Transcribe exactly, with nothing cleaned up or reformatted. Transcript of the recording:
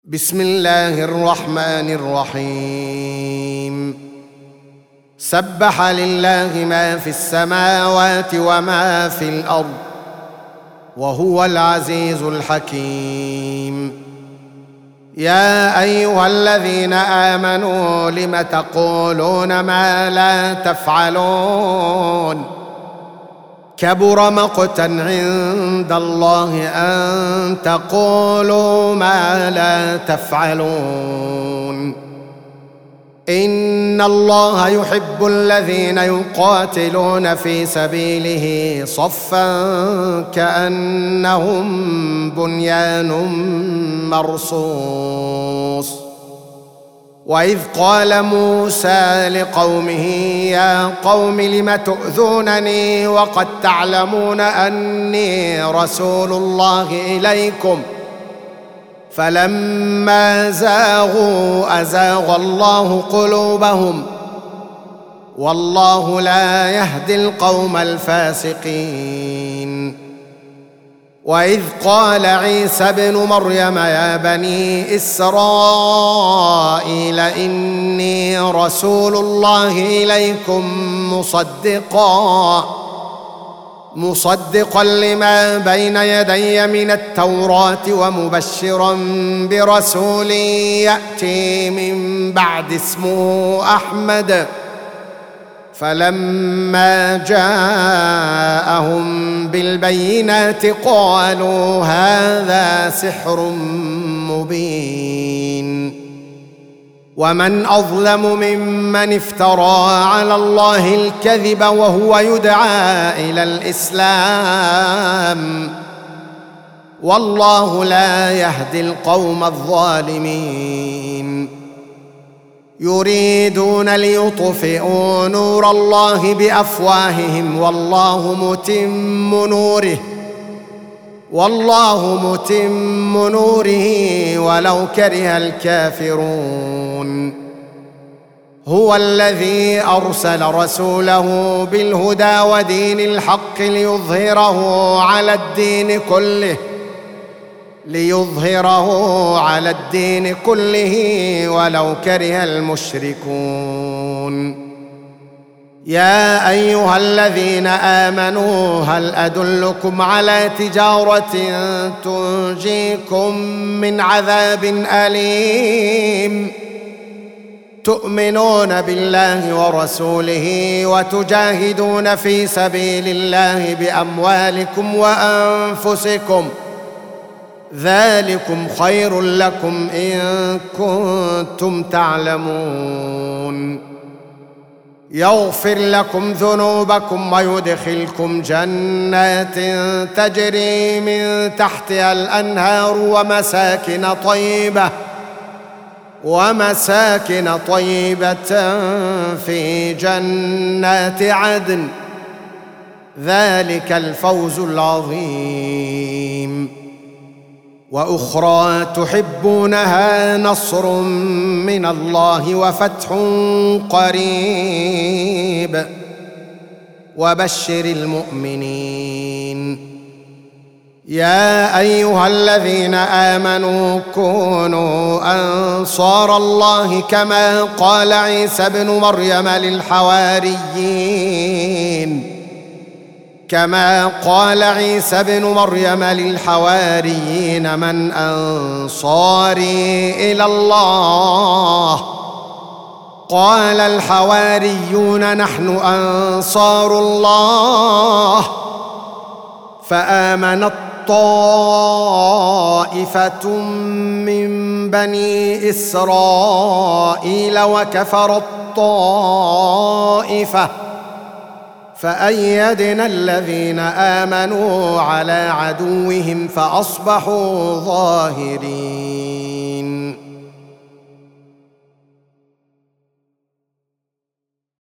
بسم الله الرحمن الرحيم. سبح لله ما في السماوات وما في الأرض وهو العزيز الحكيم. يا أيها الذين آمنوا لم تقولون ما لا تفعلون كبر مقتا عند الله أن تقولوا ما لا تفعلون. إن الله يحب الذين يقاتلون في سبيله صفا كأنهم بنيان مرصوص. وإذ قال موسى لقومه يا قوم لم تؤذونني وقد تعلمون أني رسول الله إليكم فلما زاغوا أزاغ الله قلوبهم والله لا يهدي القوم الفاسقين. وإذ قال عيسى ابن مريم يا بني إسرائيل إني رسول الله إليكم مصدقا مصدقا لما بين يدي من التوراة ومبشرا برسول يأتي من بعد اسمه أحمد. فلما جاءهم بالبينات قالوا هذا سحر مبين. ومن أظلم ممن افترى على الله الكذب وهو يدعى إلى الإسلام والله لا يهدي القوم الظالمين. يريدون ليطفئوا نور الله بأفواههم والله متم نوره والله متم نوره ولو كره الكافرون. هو الذي أرسل رسوله بالهدى ودين الحق ليظهره على الدين كله ليظهره على الدين كله ولو كره المشركون. يا أيها الذين آمنوا هل أدلكم على تجارة تنجيكم من عذاب أليم تؤمنون بالله ورسوله وتجاهدون في سبيل الله بأموالكم وأنفسكم ذلكم خير لكم إن كنتم تعلمون. يغفر لكم ذنوبكم ويدخلكم جنات تجري من تحتها الأنهار ومساكن طيبة ومساكن طيبة في جنات عدن ذلك الفوز العظيم. وأخرى تحبونها نصر من الله وفتح قريب وبشر المؤمنين. يا أيها الذين آمنوا كونوا أنصار الله كما قال عيسى ابن مريم للحواريين كما قال عيسى ابن مريم للحواريين من أنصاري إلى الله قال الحواريون نحن أنصار الله. فآمنت طائفة من بني إسرائيل وكفرت طائفة فأيدنا الذين آمنوا على عدوهم فأصبحوا ظاهرين.